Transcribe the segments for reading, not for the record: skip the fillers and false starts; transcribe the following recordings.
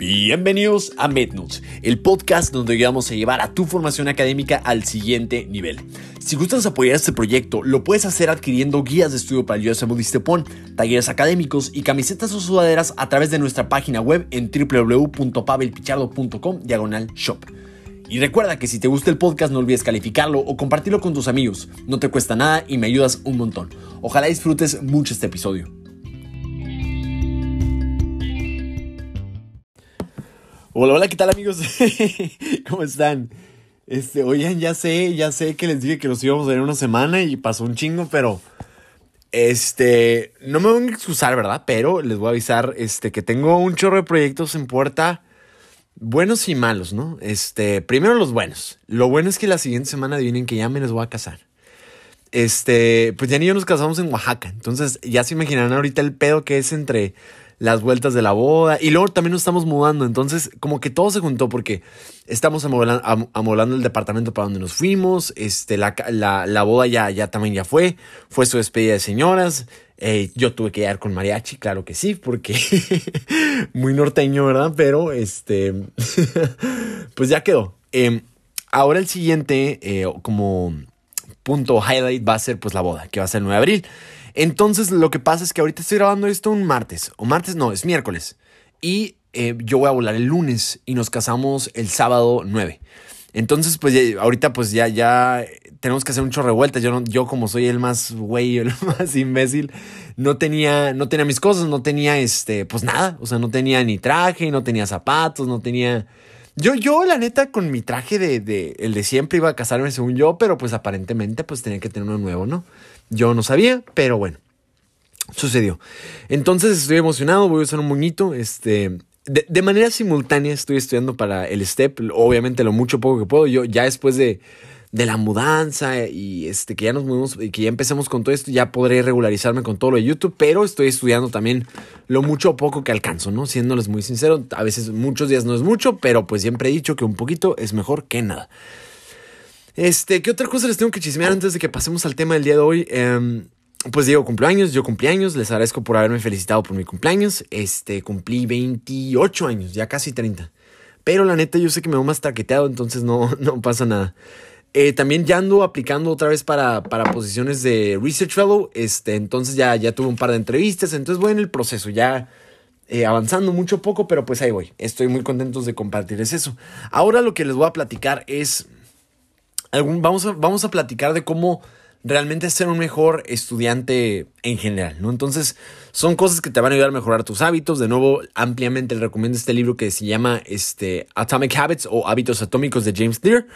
Bienvenidos a MedNotes, el podcast donde ayudamos a llevar a tu formación académica al siguiente nivel. Si gustas apoyar este proyecto, lo puedes hacer adquiriendo guías de estudio para el US Stepón, talleres académicos y camisetas o sudaderas a través de nuestra página web en www.pavelpichardo.com/shop. Y recuerda que si te gusta el podcast no olvides calificarlo o compartirlo con tus amigos. No te cuesta nada y me ayudas un montón. Ojalá disfrutes mucho este episodio. Hola, ¿qué tal amigos? ¿Cómo están? Oigan, ya sé que les dije que los íbamos a ver una semana y pasó un chingo, pero no me voy a excusar, ¿verdad? Pero les voy a avisar que tengo un chorro de proyectos en puerta, buenos y malos, ¿no? Primero los buenos. Lo bueno es que la siguiente semana adivinen que ya me les voy a casar. Pues ya ni yo nos casamos en Oaxaca, entonces ya se imaginarán ahorita el pedo que es entre las vueltas de la boda y luego también nos estamos mudando, entonces como que todo se juntó porque estamos amoblando el departamento para donde nos fuimos, la boda ya también ya fue su despedida de señoras, yo tuve que llegar con mariachi, claro que sí, porque muy norteño, ¿verdad? Pero pues ya quedó. Ahora el siguiente como punto highlight va a ser pues la boda, que va a ser el 9 de abril. Entonces lo que pasa es que ahorita estoy grabando esto un martes, es miércoles. Y yo voy a volar el lunes y nos casamos el sábado 9. Entonces pues ahorita pues ya tenemos que hacer un chorro de vueltas. Yo como soy el más güey, el más imbécil, no tenía mis cosas, no tenía pues nada. O sea, no tenía ni traje, no tenía zapatos, no tenía... Yo la neta con mi traje de el de siempre iba a casarme según yo, pero pues aparentemente pues tenía que tener uno nuevo, ¿no? Yo no sabía, pero bueno, sucedió. Entonces estoy emocionado, voy a usar un moñito. De manera simultánea estoy estudiando para el STEP, obviamente lo mucho poco que puedo. Yo ya después de la mudanza y que ya nos mudamos y que ya empecemos con todo esto, ya podré regularizarme con todo lo de YouTube, pero estoy estudiando también lo mucho o poco que alcanzo, ¿no? Siéndoles muy sincero, a veces muchos días no es mucho, pero pues siempre he dicho que un poquito es mejor que nada. ¿Qué otra cosa les tengo que chismear antes de que pasemos al tema del día de hoy? Pues Diego yo cumplí años, les agradezco por haberme felicitado por mi cumpleaños. Cumplí 28 años, ya casi 30. Pero la neta yo sé que me veo más traqueteado, entonces no pasa nada. También ya ando aplicando otra vez para posiciones de Research Fellow. Entonces ya tuve un par de entrevistas, entonces voy en el proceso, ya avanzando mucho poco, pero pues ahí voy. Estoy muy contento de compartirles eso. Ahora lo que les voy a platicar es... Vamos a platicar de cómo realmente ser un mejor estudiante en general, ¿no? Entonces, son cosas que te van a ayudar a mejorar tus hábitos. De nuevo, ampliamente les recomiendo este libro que se llama Atomic Habits o Hábitos Atómicos de James Clear.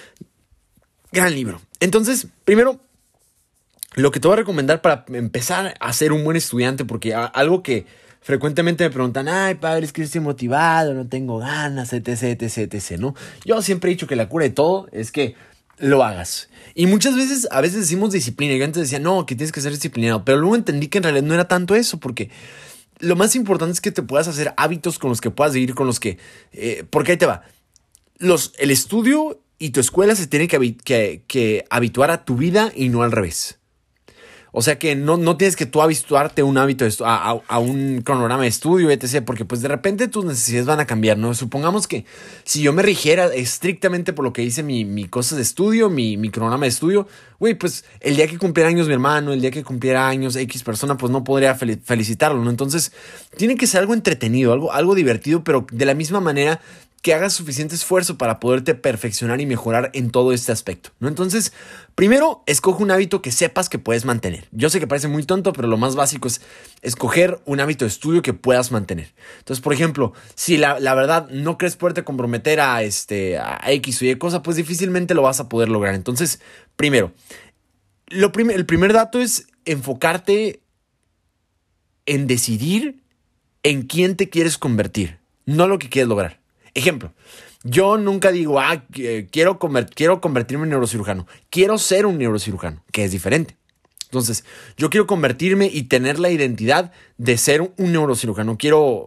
Gran libro. Entonces, primero, lo que te voy a recomendar para empezar a ser un buen estudiante, porque algo que frecuentemente me preguntan, ay, padre, es que estoy motivado, no tengo ganas, etc, ¿no? Yo siempre he dicho que la cura de todo es que lo hagas. Y a veces decimos disciplina. Yo antes decía, no, que tienes que ser disciplinado. Pero luego entendí que en realidad no era tanto eso, porque lo más importante es que te puedas hacer hábitos con los que puedas vivir, con los que... porque ahí te va. El estudio y tu escuela se tienen que habituar a tu vida y no al revés. O sea que no tienes que tú habituarte a un hábito, a un cronograma de estudio, etc. Porque pues de repente tus necesidades van a cambiar, ¿no? Supongamos que si yo me rigiera estrictamente por lo que dice mi cosa de estudio, mi cronograma de estudio, güey, pues el día que cumpliera años mi hermano, el día que cumpliera años X persona, pues no podría felicitarlo, ¿no? Entonces tiene que ser algo entretenido, algo divertido, pero de la misma manera que hagas suficiente esfuerzo para poderte perfeccionar y mejorar en todo este aspecto, ¿no? Entonces, primero, escoge un hábito que sepas que puedes mantener. Yo sé que parece muy tonto, pero lo más básico es escoger un hábito de estudio que puedas mantener. Entonces, por ejemplo, si la verdad no crees poderte comprometer a X o Y cosa, pues difícilmente lo vas a poder lograr. Entonces, primero, el primer dato es enfocarte en decidir en quién te quieres convertir, no lo que quieres lograr. Ejemplo, yo nunca digo, quiero convertirme en neurocirujano. Quiero ser un neurocirujano, que es diferente. Entonces, yo quiero convertirme y tener la identidad de ser un neurocirujano. Quiero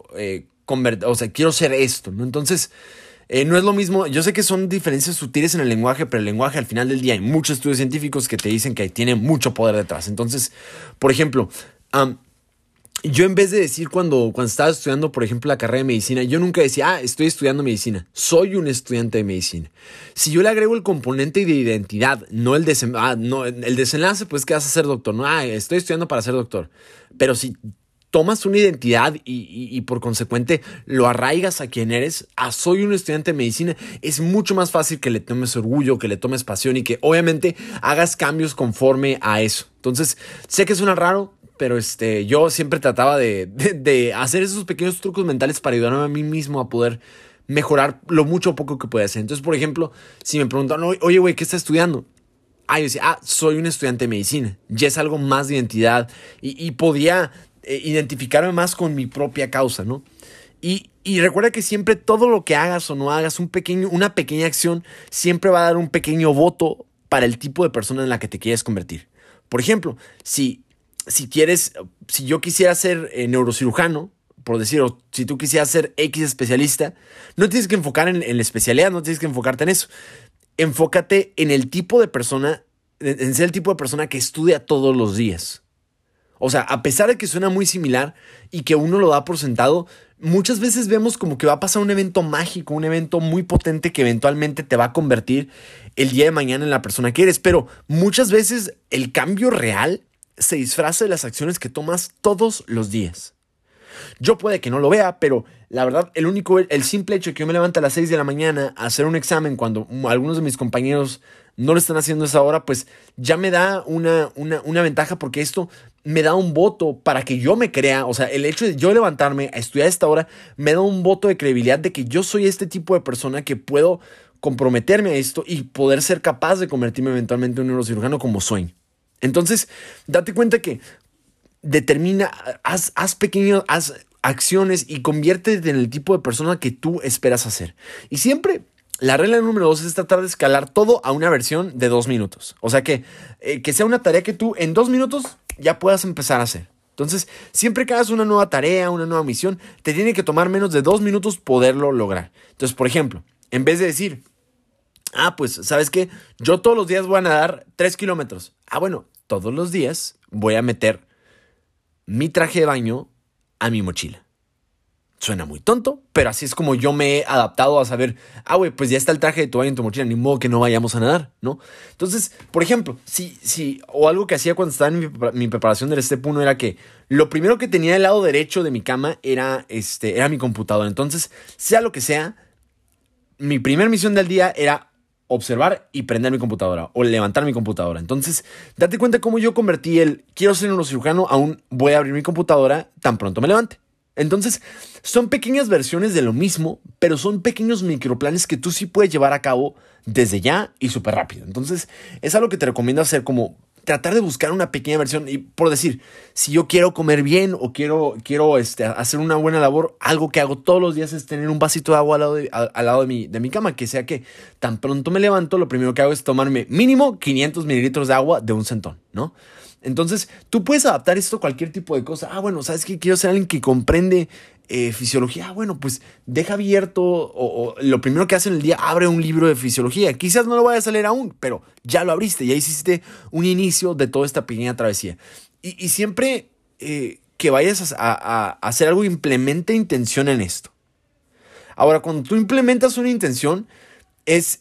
ser esto, ¿no? Entonces, no es lo mismo. Yo sé que son diferencias sutiles en el lenguaje, pero el lenguaje al final del día hay muchos estudios científicos que te dicen que tiene mucho poder detrás. Entonces, por ejemplo, Yo en vez de decir cuando estaba estudiando, por ejemplo, la carrera de medicina, yo nunca decía, estoy estudiando medicina, soy un estudiante de medicina. Si yo le agrego el componente de identidad, no no, el desenlace, pues que vas a ser doctor, no, estoy estudiando para ser doctor. Pero si tomas una identidad y por consecuente lo arraigas a quien eres, soy un estudiante de medicina, es mucho más fácil que le tomes orgullo, que le tomes pasión y que obviamente hagas cambios conforme a eso. Entonces, sé que suena raro, pero yo siempre trataba de hacer esos pequeños trucos mentales para ayudarme a mí mismo a poder mejorar lo mucho o poco que pueda hacer. Entonces, por ejemplo, si me preguntan, oye, güey, ¿qué estás estudiando? Yo decía, soy un estudiante de medicina. Ya es algo más de identidad y podía identificarme más con mi propia causa, ¿no? Y recuerda que siempre todo lo que hagas o no hagas, una pequeña acción, siempre va a dar un pequeño voto para el tipo de persona en la que te quieres convertir. Por ejemplo, si yo quisiera ser neurocirujano, por decir, o si tú quisieras ser X especialista, no tienes que enfocar en la especialidad, no tienes que enfocarte en eso. Enfócate en el tipo de persona, en ser el tipo de persona que estudia todos los días. O sea, a pesar de que suena muy similar y que uno lo da por sentado, muchas veces vemos como que va a pasar un evento mágico, un evento muy potente que eventualmente te va a convertir el día de mañana en la persona que eres. Pero muchas veces el cambio real se disfraza de las acciones que tomas todos los días. Yo puede que no lo vea, pero la verdad, el simple hecho de que yo me levante a las 6 de la mañana a hacer un examen cuando algunos de mis compañeros no lo están haciendo a esa hora, pues ya me da una ventaja, porque esto me da un voto para que yo me crea. O sea, el hecho de yo levantarme a estudiar a esta hora me da un voto de credibilidad de que yo soy este tipo de persona que puedo comprometerme a esto y poder ser capaz de convertirme eventualmente en un neurocirujano como soy. Entonces, date cuenta que haz acciones y conviértete en el tipo de persona que tú esperas hacer. Y siempre, la regla número 2 es tratar de escalar todo a una versión de 2 minutos. O sea que sea una tarea que tú en 2 minutos ya puedas empezar a hacer. Entonces, siempre que hagas una nueva tarea, una nueva misión, te tiene que tomar menos de 2 minutos poderlo lograr. Entonces, por ejemplo, en vez de decir, pues, ¿sabes qué? Yo todos los días voy a nadar 3 kilómetros. Bueno, todos los días voy a meter mi traje de baño a mi mochila. Suena muy tonto, pero así es como yo me he adaptado a saber, güey, pues ya está el traje de tu baño en tu mochila, ni modo que no vayamos a nadar, ¿no? Entonces, por ejemplo, o algo que hacía cuando estaba en mi preparación del Step 1 era que lo primero que tenía del lado derecho de mi cama era mi computadora. Entonces, sea lo que sea, mi primera misión del día era observar y prender mi computadora o levantar mi computadora. Entonces, date cuenta cómo yo convertí quiero ser un neurocirujano, aún voy a abrir mi computadora tan pronto me levante. Entonces, son pequeñas versiones de lo mismo, pero son pequeños microplanes que tú sí puedes llevar a cabo desde ya y súper rápido. Entonces, es algo que te recomiendo hacer, como tratar de buscar una pequeña versión. Y por decir, si yo quiero comer bien o quiero hacer una buena labor, algo que hago todos los días es tener un vasito de agua al lado de mi cama, que sea que tan pronto me levanto, lo primero que hago es tomarme mínimo 500 mililitros de agua de un centón, ¿no? Entonces, tú puedes adaptar esto a cualquier tipo de cosa. Bueno, ¿sabes qué? Quiero ser alguien que comprende fisiología. Bueno, pues deja abierto o lo primero que hace en el día, abre un libro de fisiología. Quizás no lo vayas a leer aún, pero ya lo abriste, ya hiciste un inicio de toda esta pequeña travesía. Y siempre que vayas a hacer algo, implementa intención en esto. Ahora, cuando tú implementas una intención, es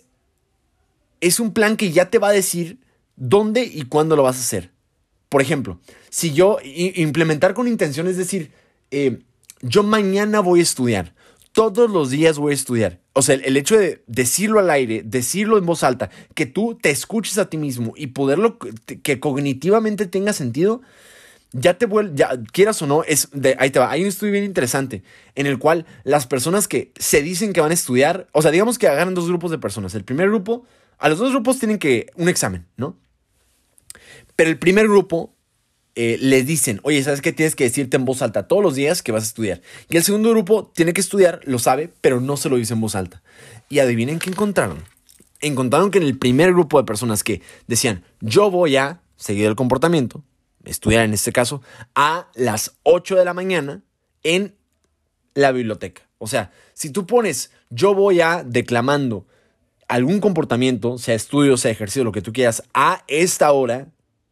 un plan que ya te va a decir dónde y cuándo lo vas a hacer. Por ejemplo, si yo implementar con intención, es decir, yo mañana voy a estudiar, todos los días voy a estudiar. O sea, el hecho de decirlo al aire, decirlo en voz alta, que tú te escuches a ti mismo y poderlo, que cognitivamente tenga sentido, ya quieras o no, ahí te va. Hay un estudio bien interesante en el cual las personas que se dicen que van a estudiar, o sea, digamos que agarran 2 grupos de personas. El primer grupo, a los 2 grupos tienen un examen, ¿no? Pero el primer grupo les dicen, oye, ¿sabes qué? Tienes que decirte en voz alta todos los días que vas a estudiar. Y el segundo grupo tiene que estudiar, lo sabe, pero no se lo dice en voz alta. Y adivinen qué encontraron. Encontraron que en el primer grupo de personas que decían, yo voy a seguir el comportamiento, estudiar en este caso, a las 8 de la mañana en la biblioteca. O sea, si tú pones, yo voy a declamando algún comportamiento, sea estudio, sea ejercicio, lo que tú quieras, a esta hora,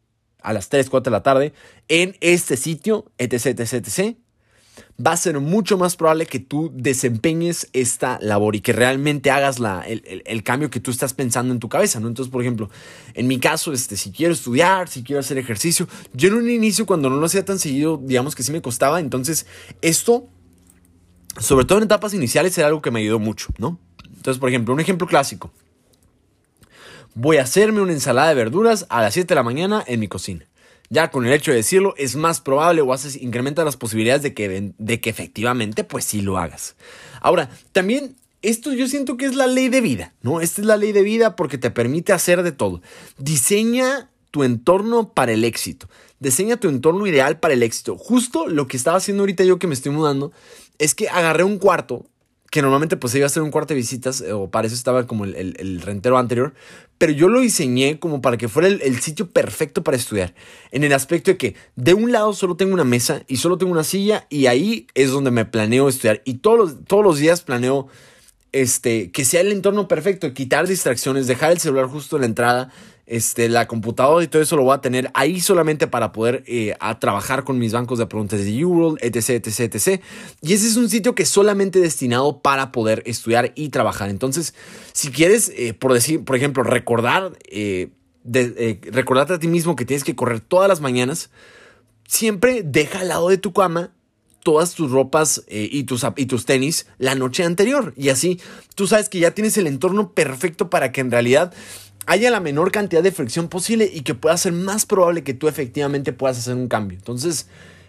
a las 3, 4 de la tarde en este sitio, etc, etc, etc, va a ser mucho más probable que tú desempeñes esta labor y que realmente hagas el cambio que tú estás pensando en tu cabeza, ¿no? Entonces, por ejemplo, en mi caso, si quiero estudiar, si quiero hacer ejercicio, yo en un inicio, cuando no lo hacía tan seguido, digamos que sí me costaba. Entonces, esto, sobre todo en etapas iniciales, era algo que me ayudó mucho, ¿no? Entonces, por ejemplo, un ejemplo clásico. Voy a hacerme una ensalada de verduras a las 7 de la mañana en mi cocina. Ya con el hecho de decirlo es más probable o incrementa las posibilidades de que efectivamente pues sí lo hagas. Ahora, también esto yo siento que es la ley de vida, ¿no? Esta es la ley de vida porque te permite hacer de todo. Diseña tu entorno para el éxito. Diseña tu entorno ideal para el éxito. Justo lo que estaba haciendo ahorita yo que me estoy mudando es que agarré un cuarto que normalmente pues iba a ser un cuarto de visitas, o para eso estaba como el rentero anterior, pero yo lo diseñé como para que fuera el sitio perfecto para estudiar, en el aspecto de que de un lado solo tengo una mesa y solo tengo una silla, y ahí es donde me planeo estudiar, y todos los días planeo que sea el entorno perfecto, quitar distracciones, dejar el celular justo en la entrada, la computadora y todo eso lo voy a tener ahí solamente para poder a trabajar con mis bancos de preguntas de UWorld, etc, etc, etc. Y ese es un sitio que es solamente destinado para poder estudiar y trabajar. Entonces, si quieres, por ejemplo, recordarte a ti mismo que tienes que correr todas las mañanas, siempre deja al lado de tu cama todas tus ropas y tus tenis la noche anterior. Y así tú sabes que ya tienes el entorno perfecto para que en realidad haya la menor cantidad de fricción posible y que pueda ser más probable que tú efectivamente puedas hacer un cambio. Entonces,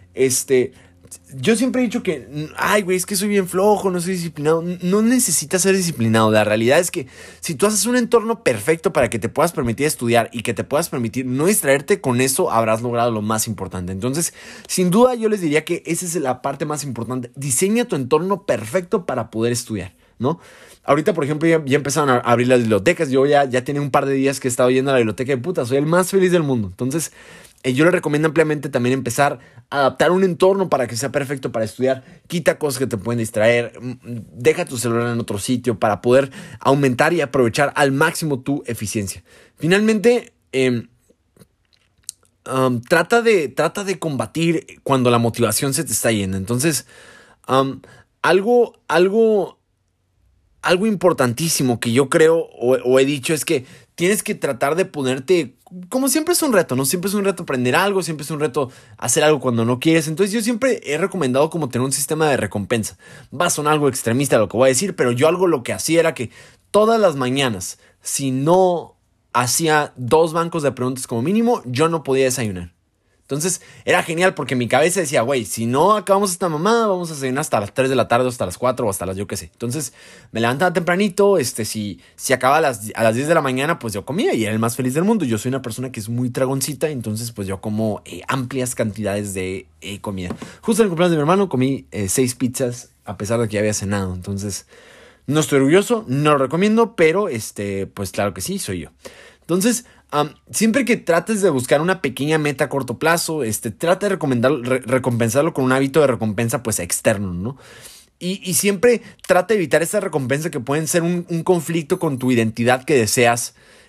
yo siempre he dicho que, ay, güey, es que soy bien flojo, no soy disciplinado. No necesitas ser disciplinado. La realidad es que si tú haces un entorno perfecto para que te puedas permitir estudiar y que te puedas permitir no distraerte, con eso habrás logrado lo más importante. Entonces, sin duda, yo les diría que esa es la parte más importante. Diseña tu entorno perfecto para poder estudiar, ¿no? Ahorita, por ejemplo, ya empezaron a abrir las bibliotecas. Yo ya tiene un par de días que he estado yendo a la biblioteca de puta. Soy el más feliz del mundo. Entonces, yo le recomiendo ampliamente también empezar a adaptar un entorno para que sea perfecto para estudiar. Quita cosas que te pueden distraer. Deja tu celular en otro sitio para poder aumentar y aprovechar al máximo tu eficiencia. Finalmente, trata de combatir cuando la motivación se te está yendo. Entonces, algo importantísimo que yo creo o he dicho es que tienes que tratar de ponerte, como siempre es un reto, ¿no? Siempre es un reto aprender algo, siempre es un reto hacer algo cuando no quieres. Entonces yo siempre he recomendado como tener un sistema de recompensa. Va a sonar algo extremista lo que voy a decir, pero yo algo lo que hacía era que todas las mañanas, si no hacía 2 bancos de preguntas como mínimo, yo no podía desayunar. Entonces era genial porque mi cabeza decía, güey, si no acabamos esta mamada, vamos a desayunar hasta las 3 de la tarde, o hasta las 4 o hasta las yo qué sé. Entonces me levantaba tempranito, si acababa a las 10 de la mañana, pues yo comía y era el más feliz del mundo. Yo soy una persona que es muy tragoncita, entonces pues yo como amplias cantidades de comida. Justo en el cumpleaños de mi hermano comí 6 pizzas a pesar de que ya había cenado. Entonces no estoy orgulloso, no lo recomiendo, pero pues claro que sí, soy yo. Entonces, siempre que trates de buscar una pequeña meta a corto plazo, trata de recompensarlo con un hábito de recompensa pues externo, ¿no? Y siempre trata de evitar esas recompensas que pueden ser un conflicto con tu identidad que desees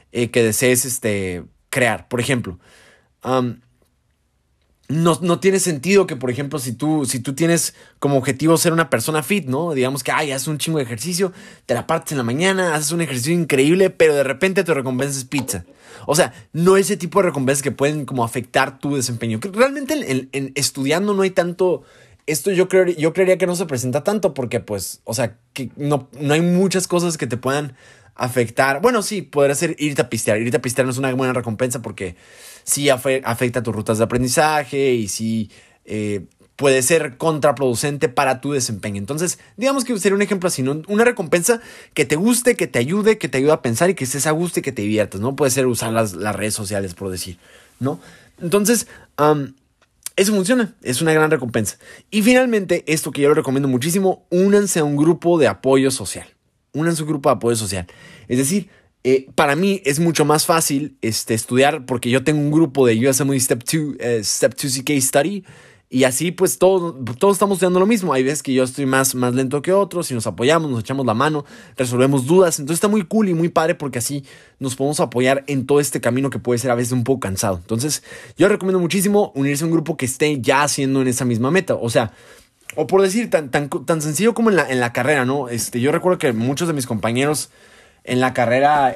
crear. Por ejemplo, no tiene sentido que, por ejemplo, si tú tienes como objetivo ser una persona fit, ¿no? Digamos que, haces un chingo de ejercicio, te la partes en la mañana, haces un ejercicio increíble, pero de repente tu recompensa es pizza. O sea, no ese tipo de recompensas que pueden como afectar tu desempeño. Realmente en estudiando no hay tanto. Esto yo creería que no se presenta tanto porque, pues, o sea, que no hay muchas cosas que te puedan afectar. Bueno, sí, podría ser irte a pistear. Irte a pistear no es una buena recompensa porque sí afecta tus rutas de aprendizaje y sí puede ser contraproducente para tu desempeño. Entonces, digamos que sería un ejemplo así, ¿no? Una recompensa que te guste, que te ayude a pensar y que estés a gusto y que te diviertas, ¿no? Puede ser usar las redes sociales, por decir, ¿no? Entonces, eso funciona, es una gran recompensa. Y finalmente, esto que yo lo recomiendo muchísimo, únanse a un grupo de apoyo social. Únanse a un grupo de apoyo social. Es decir, para mí es mucho más fácil estudiar porque yo tengo un grupo de USMLE Step 2 CK Study. Y así pues todos estamos estudiando lo mismo. Hay veces que yo estoy más lento que otros y nos apoyamos, nos echamos la mano, resolvemos dudas. Entonces está muy cool y muy padre porque así nos podemos apoyar en todo este camino que puede ser a veces un poco cansado. Entonces yo recomiendo muchísimo unirse a un grupo que esté ya haciendo en esa misma meta. O sea, o por decir tan sencillo como en la carrera, ¿no? Yo recuerdo que muchos de mis compañeros en la carrera,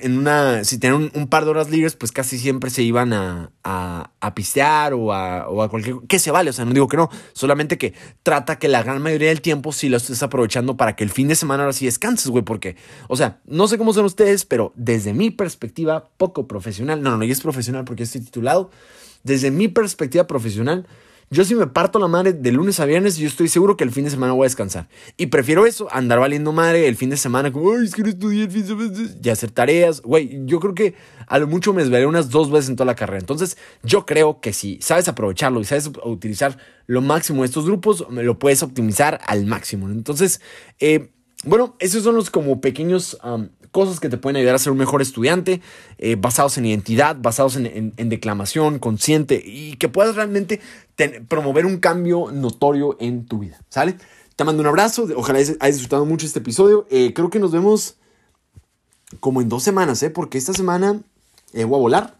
si tenían un par de horas libres, pues casi siempre se iban a pistear o a cualquier... Que se vale, o sea, no digo que no. Solamente que trata que la gran mayoría del tiempo sí lo estés aprovechando para que el fin de semana ahora sí descanses, güey. Porque, o sea, no sé cómo son ustedes, pero desde mi perspectiva poco profesional... No, yo es profesional porque estoy titulado. Desde mi perspectiva profesional... Yo si me parto la madre de lunes a viernes, yo estoy seguro que el fin de semana voy a descansar. Y prefiero eso, andar valiendo madre el fin de semana, como, ay, es que no estudié el fin de semana, y hacer tareas. Güey, yo creo que a lo mucho me desvelé unas 2 veces en toda la carrera. Entonces, yo creo que si sabes aprovecharlo y sabes utilizar lo máximo de estos grupos, lo puedes optimizar al máximo. Entonces, bueno, esos son los como pequeños cosas que te pueden ayudar a ser un mejor estudiante, basados en identidad, basados en declamación consciente y que puedas realmente promover un cambio notorio en tu vida, ¿sale? Te mando un abrazo, ojalá hayas disfrutado mucho este episodio. Creo que nos vemos como en 2 semanas, porque esta semana voy a volar.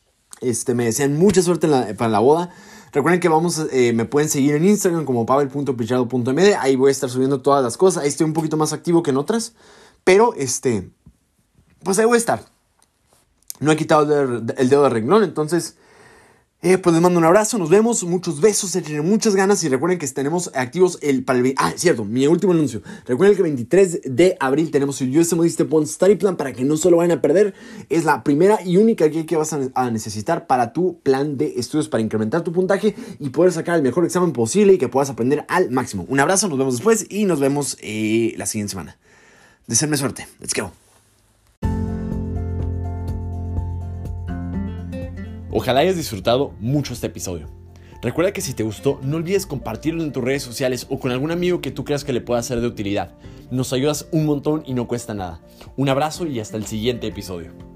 Me desean mucha suerte para la boda. Recuerden que me pueden seguir en Instagram como pavel.pichardo.md. Ahí voy a estar subiendo todas las cosas. Ahí estoy un poquito más activo que en otras. Pero, pues ahí voy a estar. No he quitado el dedo de renglón. Entonces, pues les mando un abrazo. Nos vemos. Muchos besos. Échenle muchas ganas. Y recuerden que tenemos activos cierto. Mi último anuncio. Recuerden que el 23 de abril tenemos el USMLE Step 1 Study Plan para que no se lo vayan a perder. Es la primera y única guía que vas a necesitar para tu plan de estudios para incrementar tu puntaje y poder sacar el mejor examen posible y que puedas aprender al máximo. Un abrazo. Nos vemos después y nos vemos la siguiente semana. Deseenme suerte. Let's go. Ojalá hayas disfrutado mucho este episodio. Recuerda que si te gustó, no olvides compartirlo en tus redes sociales o con algún amigo que tú creas que le pueda ser de utilidad. Nos ayudas un montón y no cuesta nada. Un abrazo y hasta el siguiente episodio.